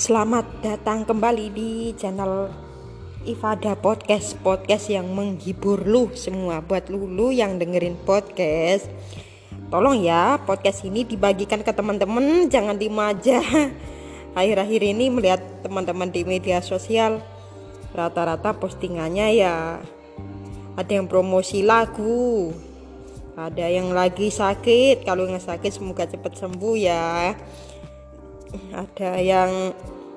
Selamat datang kembali di channel Ifada Podcast yang menghibur lu semua. Buat lu yang dengerin podcast, tolong ya podcast ini dibagikan ke teman-teman, jangan diem aja. Akhir-akhir ini melihat teman-teman di media sosial, rata-rata postingannya ya ada yang promosi lagu, ada yang lagi sakit. Kalau yang sakit semoga cepat sembuh ya. Ada yang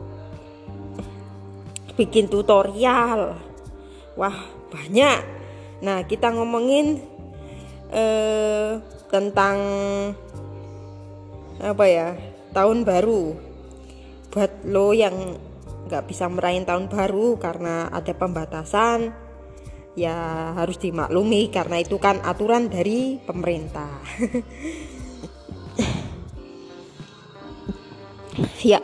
bikin tutorial. Wah, banyak. Nah, kita ngomongin tentang tahun baru. Buat lo yang gak bisa merayain tahun baru karena ada pembatasan, ya harus dimaklumi karena itu kan aturan dari pemerintah. Ya,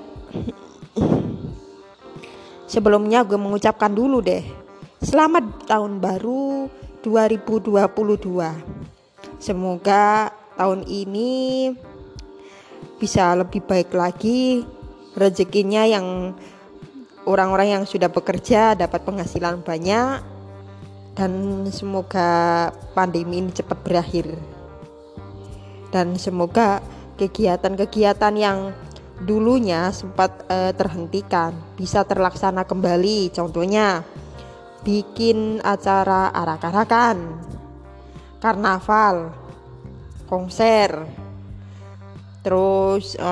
sebelumnya gue mengucapkan dulu deh, selamat tahun baru 2022. Semoga tahun ini bisa lebih baik lagi, rezekinya yang orang-orang yang sudah bekerja dapat penghasilan banyak, dan semoga pandemi ini cepat berakhir. Dan semoga kegiatan-kegiatan yang dulunya sempat terhentikan bisa terlaksana kembali. Contohnya bikin acara arak-arakan, karnaval, konser, terus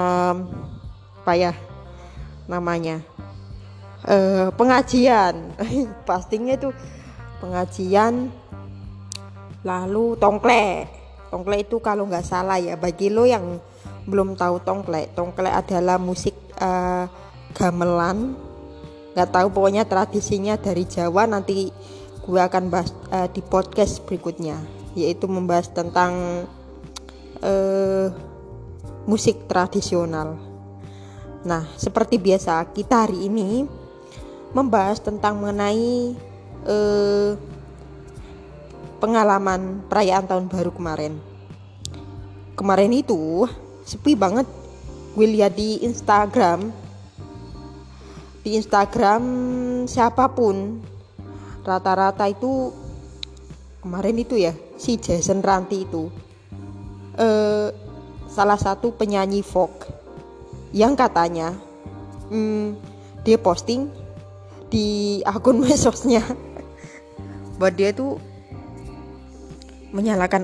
pengajian. Pastinya itu pengajian. Lalu tongklek itu kalau nggak salah ya, bagi lo yang belum tahu tongklek adalah musik gamelan. Nggak tahu, pokoknya tradisinya dari Jawa. Nanti gue akan bahas di podcast berikutnya, yaitu membahas tentang musik tradisional. Nah, seperti biasa kita hari ini membahas tentang mengenai pengalaman perayaan tahun baru kemarin. Kemarin itu sepi banget. Gue lihat di Instagram siapapun rata-rata itu kemarin itu ya, si Jason Ranti itu salah satu penyanyi folk yang katanya dia posting di akun medsosnya bahwa dia tuh menyalakan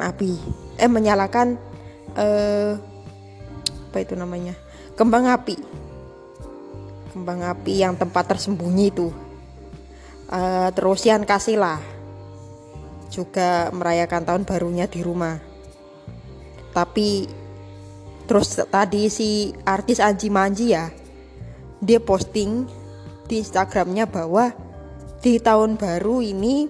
kembang api yang tempat tersembunyi itu. Terus Yan Kasila juga merayakan tahun barunya di rumah. Tapi terus tadi si artis Anji Manji ya, dia posting di Instagramnya bahwa di tahun baru ini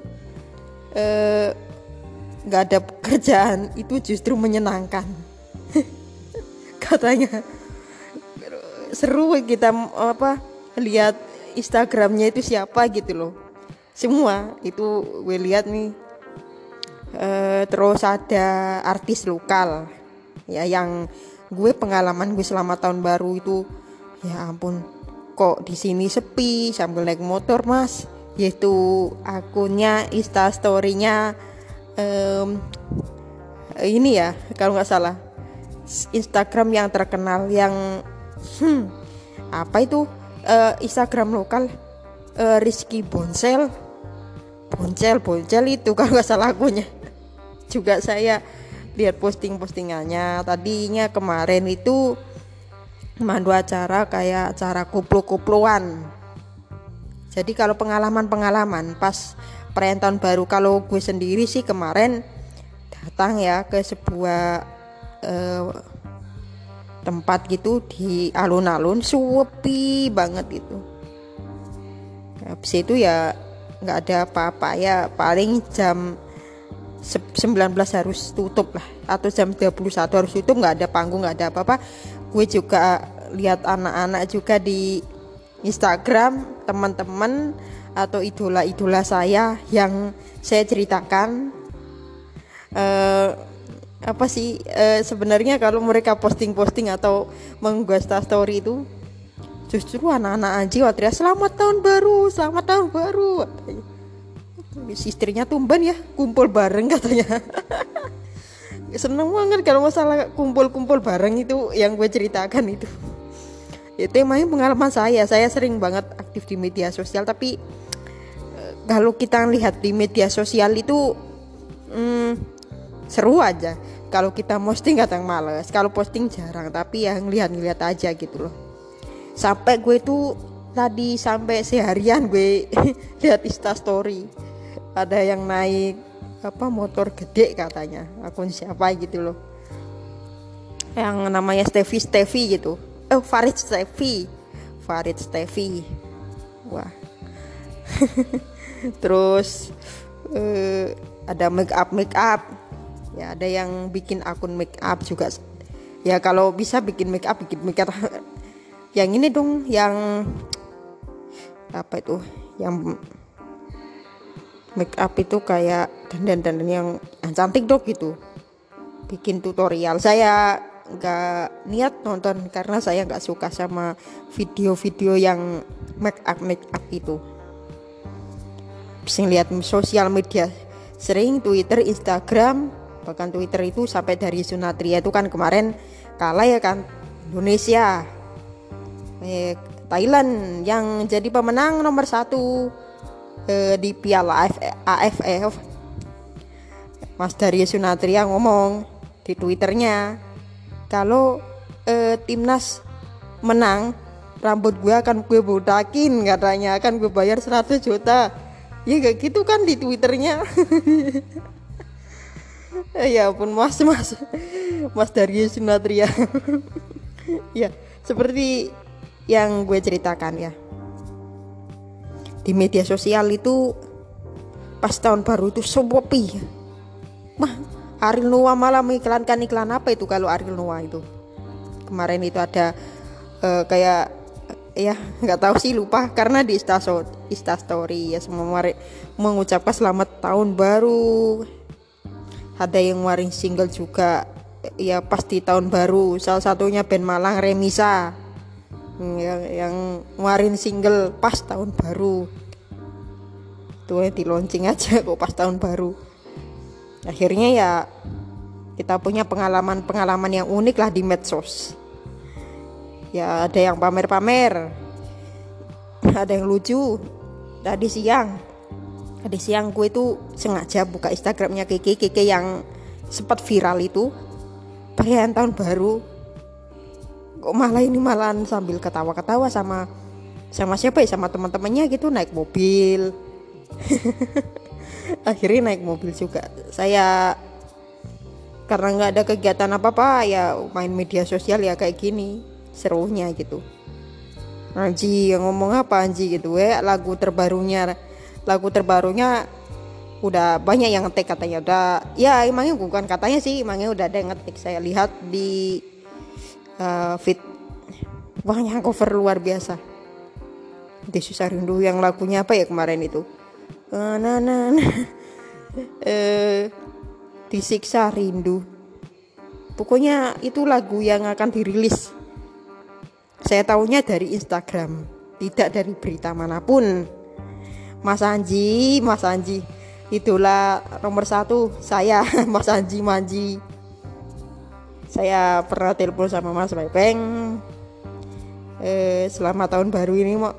gak ada pekerjaan, itu justru menyenangkan. Katanya seru kita lihat Instagramnya itu siapa gitu loh. Semua itu gue lihat nih. Terus ada artis lokal ya, yang pengalaman gue selama tahun baru itu, ya ampun, kok di sini sepi sambil naik motor mas. Yaitu akunnya Instastory-nya ini ya, kalau nggak salah Instagram yang terkenal yang Instagram lokal, Rizky Boncel itu kalau nggak salah akunnya. Juga saya lihat postingannya. Tadinya kemarin itu memandu acara kayak acara kuplu-kupluan. Jadi kalau pengalaman pas perayaan tahun baru, kalau gue sendiri sih kemarin datang ya ke sebuah tempat gitu di alun-alun, sepi banget itu. Habis itu ya nggak ada apa-apa ya, paling jam 19 harus tutup lah, atau jam 21 harus tutup, nggak ada panggung, nggak ada apa-apa. Gue juga lihat anak-anak juga di Instagram, teman-teman atau idola-idola saya yang saya ceritakan. Sebenarnya kalau mereka posting atau mengunggah story itu Justru anak-anak Anji teriak selamat tahun baru, selamat tahun baru. Istrinya tumben ya kumpul bareng katanya. Seneng banget kalau masalah kumpul-kumpul bareng itu yang gue ceritakan itu. Itu emangnya pengalaman saya sering banget aktif di media sosial, tapi kalau kita lihat di media sosial itu seru aja. Kalau kita posting kadang males, kalau posting jarang, tapi ya ngeliat aja gitu loh. Sampai gue tuh tadi sampai seharian gue lihat Instastory ada yang naik motor gede katanya, akun siapa gitu loh, yang namanya Steffi gitu, Farid Steffi, wah. Terus ada make up ya, ada yang bikin akun make up juga ya. Kalau bisa bikin make up yang ini dong, yang apa itu, yang make up itu kayak dandan yang cantik dong gitu, bikin tutorial. Saya nggak niat nonton karena saya nggak suka sama video-video yang make up itu. Bisa lihat sosial media sering, Twitter, Instagram, bahkan Twitter itu sampai dari Sunatria itu kan kemarin kalah ya kan, Indonesia, Thailand yang jadi pemenang nomor 1 di Piala AFF. Mas Darius Sunatria ngomong di Twitternya, kalau timnas menang, rambut gue akan gue bodakin katanya, akan gue bayar 100 juta. Ya kayak gitu kan di Twitternya. Ya ampun, Mas Darius Sunatria. Ya seperti yang gue ceritakan ya, di media sosial itu pas tahun baru itu sepi. Ariel Noah malah mengiklankan iklan apa itu, kalau Ariel Noah itu kemarin itu ada kayak ya nggak tahu sih, lupa, karena di Instastory ya semua mengucapkan selamat tahun baru. Ada yang ngeluarin single juga ya pas di tahun baru, salah satunya band Malang Remisa yang ngeluarin single pas tahun baru. Tuh di launching aja kok pas tahun baru. Akhirnya ya kita punya pengalaman yang unik lah di medsos. Ya ada yang pamer-pamer, ada yang lucu. Tadi siang gue tuh sengaja buka Instagramnya Keke yang sempat viral itu perayaan tahun baru. Kok malahan sambil ketawa-ketawa sama siapa ya, sama teman-temannya gitu, naik mobil. Akhirnya naik mobil juga. Saya karena nggak ada kegiatan apa-apa ya main media sosial ya kayak gini serunya gitu. Anji yang ngomong apa Anji gitu, lagu terbarunya udah banyak yang ngetik katanya. Udah ya, emangnya bukan katanya sih, emangnya udah ada yang ngetik. Saya lihat di feed, banyak cover luar biasa. Di Susah Rindu yang lagunya apa ya kemarin itu, Disiksa Rindu. Pokoknya itu lagu yang akan dirilis. Saya tahunya dari Instagram, tidak dari berita manapun. Mas Anji, itulah nomor 1 saya. Mas Anji Manji. Saya pernah telepon sama Mas Pepeng, selamat tahun baru ini mau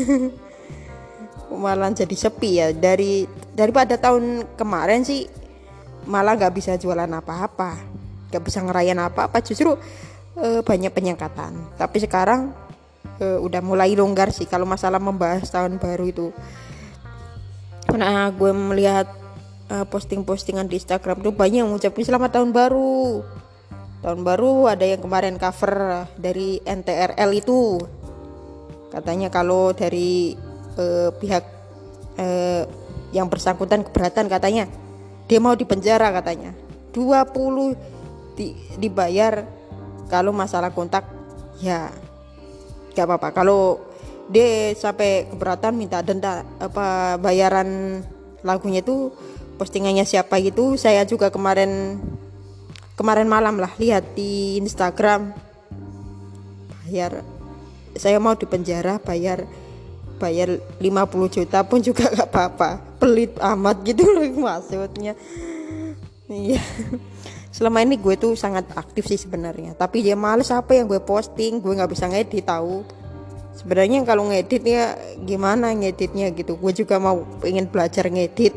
malah jadi sepi ya. Daripada tahun kemarin sih malah gak bisa jualan apa-apa, gak bisa ngerayain apa-apa, justru banyak penyekatan. Tapi sekarang udah mulai longgar sih kalau masalah membahas tahun baru itu. Nah gue melihat posting-postingan di Instagram tuh banyak yang ngucapin selamat tahun baru. Tahun baru ada yang kemarin cover dari NTRL itu, katanya kalau dari pihak yang bersangkutan keberatan, katanya dia mau dipenjara, katanya 20 dibayar. Kalau masalah kontak ya gak apa-apa, kalau dia sampai keberatan minta denda bayaran lagunya itu, postingannya siapa gitu. Saya juga kemarin malam lah lihat di Instagram, bayar saya mau di penjara bayar 50 juta pun juga gak apa-apa, pelit amat gitu loh maksudnya. Iya. Selama ini gue tuh sangat aktif sih sebenarnya, tapi dia males apa yang gue posting, gue nggak bisa ngedit tahu. Sebenarnya kalau ngedit ya gimana ngeditnya gitu, gue juga mau pengen belajar ngedit.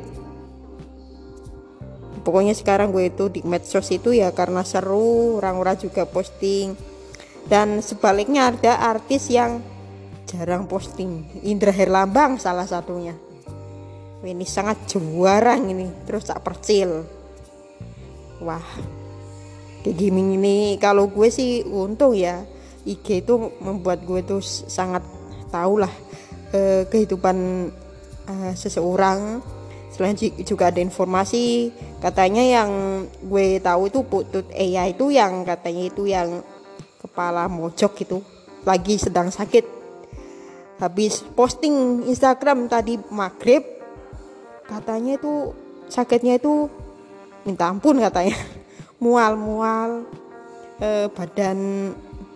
Pokoknya sekarang gue itu di medsos itu ya karena seru, orang-orang juga posting. Dan sebaliknya ada artis yang jarang posting, Indra Herlambang salah satunya. Ini sangat juarang ini, terus tak percil. Wah, kayak gini ini kalau gue sih untung ya, IG itu membuat gue tuh sangat tahu lah kehidupan seseorang. Selain juga ada informasi katanya yang gue tahu itu Putut Eya itu yang katanya itu yang kepala mojok itu lagi sedang sakit. Habis posting Instagram tadi maghrib, katanya itu sakitnya itu minta ampun katanya, mual badan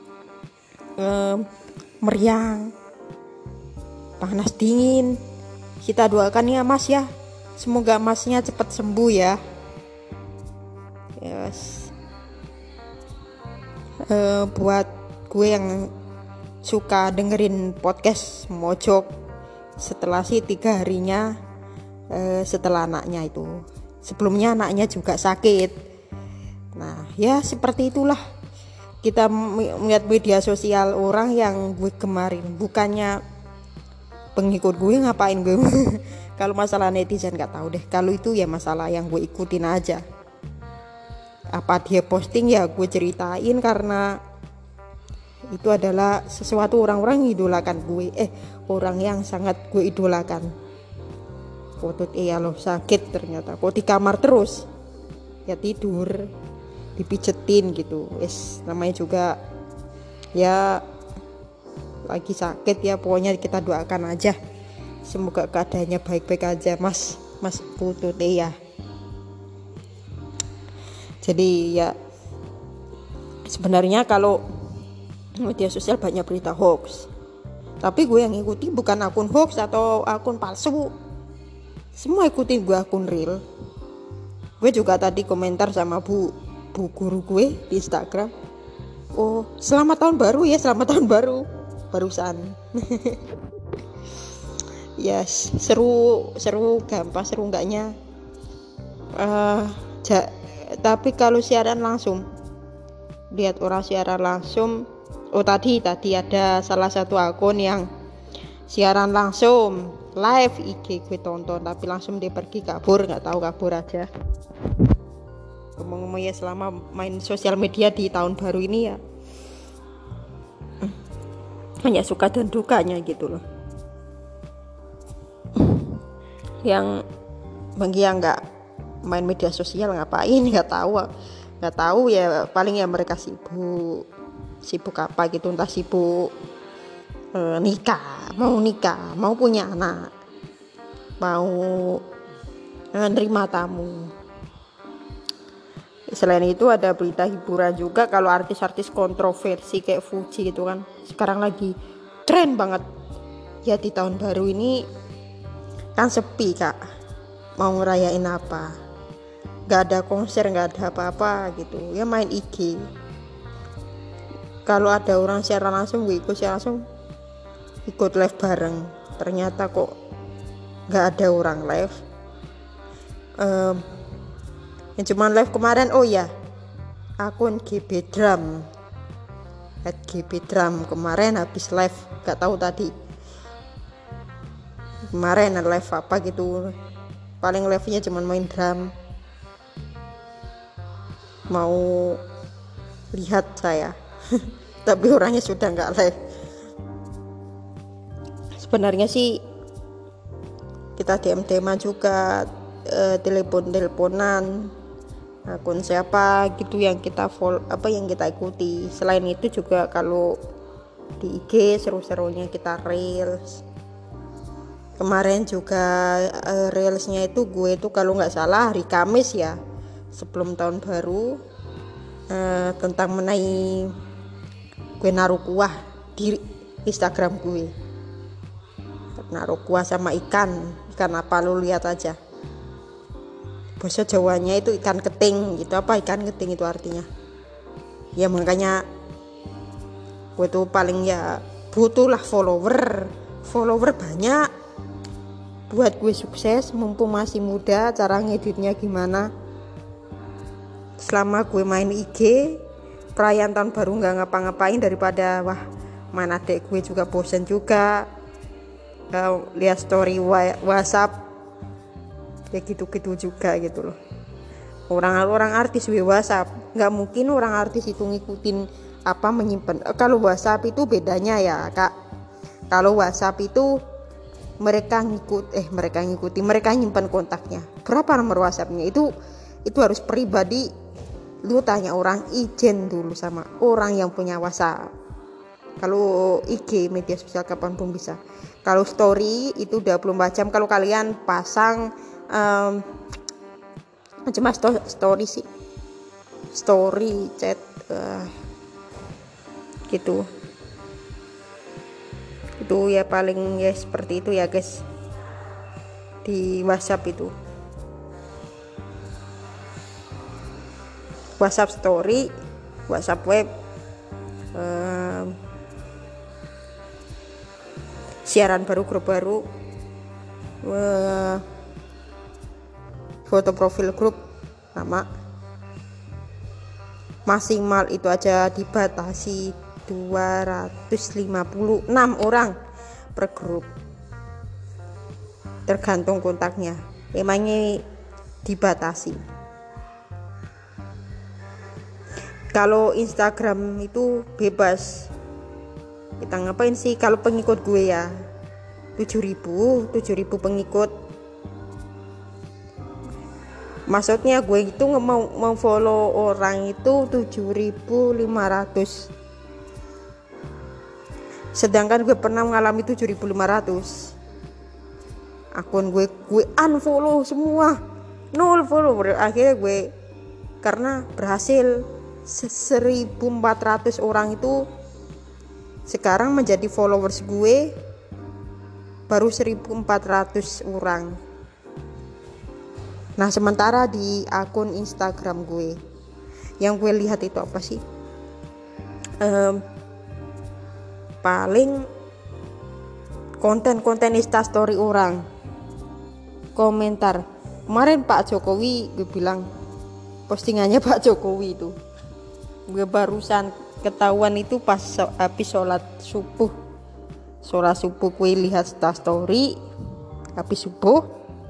meriang, panas dingin. Kita doakan ya Mas ya, semoga Masnya cepat sembuh ya. Yes. Buat gue yang suka dengerin podcast Mojok, setelah sih 3 harinya setelah anaknya itu, sebelumnya anaknya juga sakit. Nah ya seperti itulah kita melihat media sosial orang yang gue gemarin. Bukannya pengikut gue ngapain gue kalau masalah netizen gak tahu deh, kalau itu ya masalah yang gue ikutin aja. Apa dia posting ya gue ceritain karena itu adalah sesuatu orang-orang idolakan gue, orang yang sangat gue idolakan. Putut Eya loh sakit ternyata, kok di kamar terus ya, tidur dipijetin gitu. Namanya juga ya lagi sakit ya, pokoknya kita doakan aja semoga keadaannya baik-baik aja Mas Putut Eya. Jadi ya sebenarnya kalau media sosial banyak berita hoax, tapi gue yang ikuti bukan akun hoax atau akun palsu, semua ikutin gue akun real. Gue juga tadi komentar sama bu guru gue di Instagram, oh selamat tahun baru ya, selamat tahun baru barusan. Yes, seru gampang, seru enggaknya tapi kalau siaran langsung, lihat orang siaran langsung. Oh tadi ada salah satu akun yang siaran langsung live IG gue tonton, tapi langsung dia pergi kabur, nggak tahu kabur aja. Ngomong-ngomong ya, selama main sosial media di tahun baru ini ya hanya suka dan dukanya gitu loh. Yang bagi yang nggak main media sosial ngapain nggak tahu ya, paling ya mereka sibuk apa gitu, entah sibuk nikah, mau punya anak, mau nerima tamu. Selain itu ada berita hiburan juga, kalau artis-artis kontroversi kayak Fuji gitu kan sekarang lagi tren banget ya. Di tahun baru ini kan sepi kak, mau ngerayain apa, gak ada konser, gak ada apa-apa gitu ya, main IG. Kalau ada orang siaran langsung, gue ikut siaran langsung, ikut live bareng. Ternyata kok gak ada orang live. Yang cuman live kemarin, oh ya, akun GB Drum kemarin habis live, gak tahu tadi kemarin live apa gitu. Paling live-nya cuman main drum. Mau lihat saya tapi orangnya sudah nggak live. Sebenarnya sih kita DM-an juga, teleponan akun siapa gitu yang kita follow, apa yang kita ikuti. Selain itu juga kalau di IG seru-serunya kita reels. Kemarin juga reelsnya itu gue tuh kalau nggak salah hari Kamis ya, sebelum tahun baru, tentang mengenai gue naruh kuah Instagram gue. Naruh kuah sama ikan apa lu lihat aja. Bahasa Jawanya itu ikan keting gitu. Apa ikan keting itu artinya? Ya makanya gue tuh paling ya butuh lah follower banyak buat gue sukses mumpung masih muda. Cara ngeditnya gimana? Selama gue main IG perayaan tahun baru nggak ngapa-ngapain daripada main adek gue juga bosen juga lihat story WhatsApp kayak gitu-gitu juga gitu loh. Orang artis WhatsApp nggak mungkin orang artis itu ngikutin menyimpan. Kalau WhatsApp itu bedanya ya kak, kalau WhatsApp itu mereka nyimpan kontaknya. Berapa nomor WhatsAppnya itu harus pribadi. Lu tanya orang, izin dulu sama orang yang punya WhatsApp. Kalau IG media sosial kapanpun bisa. Kalau story itu 24 jam. Kalau kalian pasang cuma story sih, story chat gitu. Itu ya paling ya seperti itu ya guys di WhatsApp itu. WhatsApp story, WhatsApp web, siaran baru, grup baru, foto profil grup, nama, maksimal itu aja dibatasi 256 orang per grup, tergantung kontaknya. Emangnya dibatasi. Kalau Instagram itu bebas. Kita ngapain sih? Kalau pengikut gue ya 7.000 pengikut. Maksudnya gue itu mau follow orang itu 7.500. Sedangkan gue pernah mengalami 7.500. Akun gue unfollow semua. 0 follower. Akhirnya gue karena berhasil 1.400 orang itu sekarang menjadi followers gue baru 1.400 orang. Nah sementara di akun Instagram gue yang gue lihat itu apa sih, paling konten instastory orang, komentar. Kemarin Pak Jokowi, gue bilang postingannya Pak Jokowi itu, gue barusan ketahuan itu pas habis sholat subuh gue lihat story habis subuh.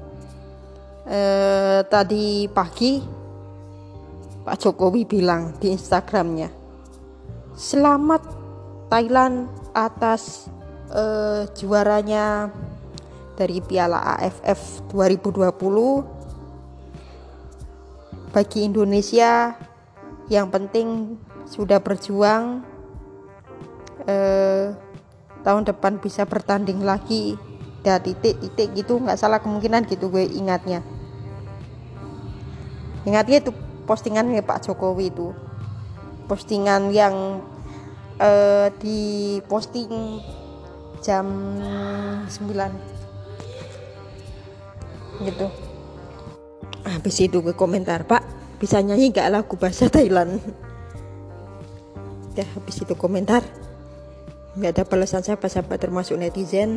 Tadi pagi Pak Jokowi bilang di Instagramnya, selamat Thailand atas juaranya dari Piala AFF 2020. Bagi Indonesia yang penting sudah berjuang, tahun depan bisa bertanding lagi. Dan titik gitu, nggak salah kemungkinan gitu gue ingatnya itu postingannya Pak Jokowi itu, postingan yang di posting jam 9 gitu. Habis itu gue komentar, Pak bisa nyanyi gak lagu bahasa Thailand? Ya habis itu komentar, nggak ada balasan siapa-siapa termasuk netizen.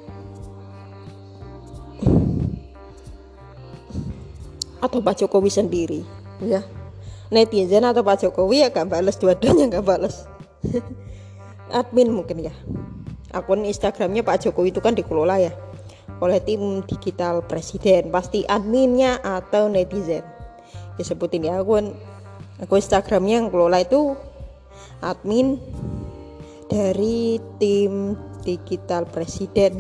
Atau Pak Jokowi sendiri ya, netizen atau Pak Jokowi ya gak balas, dua-duanya gak balas. Admin mungkin ya, akun Instagramnya Pak Jokowi itu kan dikelola ya oleh tim digital presiden, pasti adminnya atau netizen ya, sebutin ya akun Instagramnya yang kelola itu admin dari tim digital presiden.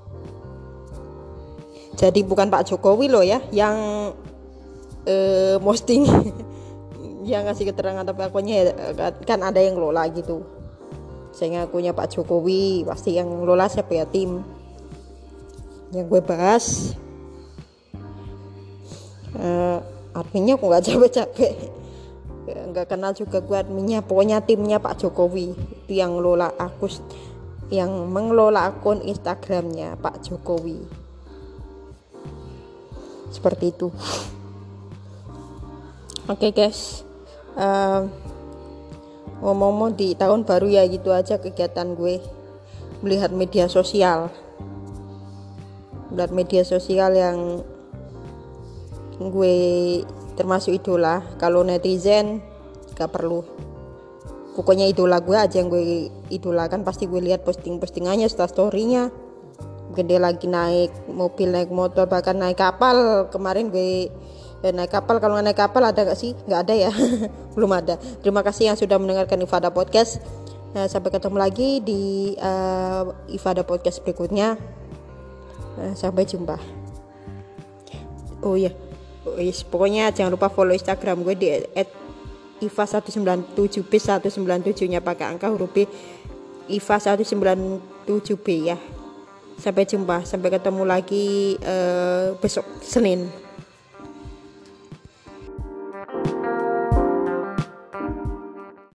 Jadi bukan Pak Jokowi loh ya yang posting yang ngasih keterangan, tapi akunnya kan ada yang ngelola gitu. Saya ngakunya Pak Jokowi, pasti yang ngelola siapa ya, tim yang gue bahas. Adminnya kok nggak capek-capek, nggak kenal juga gue adminnya, pokoknya timnya Pak Jokowi itu yang ngelola yang mengelola akun Instagramnya Pak Jokowi. Seperti itu. Oke guys, ngomong-ngomong di tahun baru ya gitu aja kegiatan gue, melihat media sosial yang gue termasuk idola. Kalau netizen gak perlu, pokoknya idola gue aja yang gue idolakan. Pasti gue lihat postingannya, storynya, gede lagi naik mobil, naik motor, bahkan naik kapal. Kemarin gue naik kapal. Kalau naik kapal ada gak sih? Gak ada ya. Belum ada. Terima kasih yang sudah mendengarkan Ifada Podcast. Sampai ketemu lagi di Ifada Podcast berikutnya. Sampai jumpa. Oh iya, pokoknya jangan lupa follow Instagram gue di @iva197b197 nya pakai angka huruf B, iva197b ya. Sampai jumpa, sampai ketemu lagi besok Senin.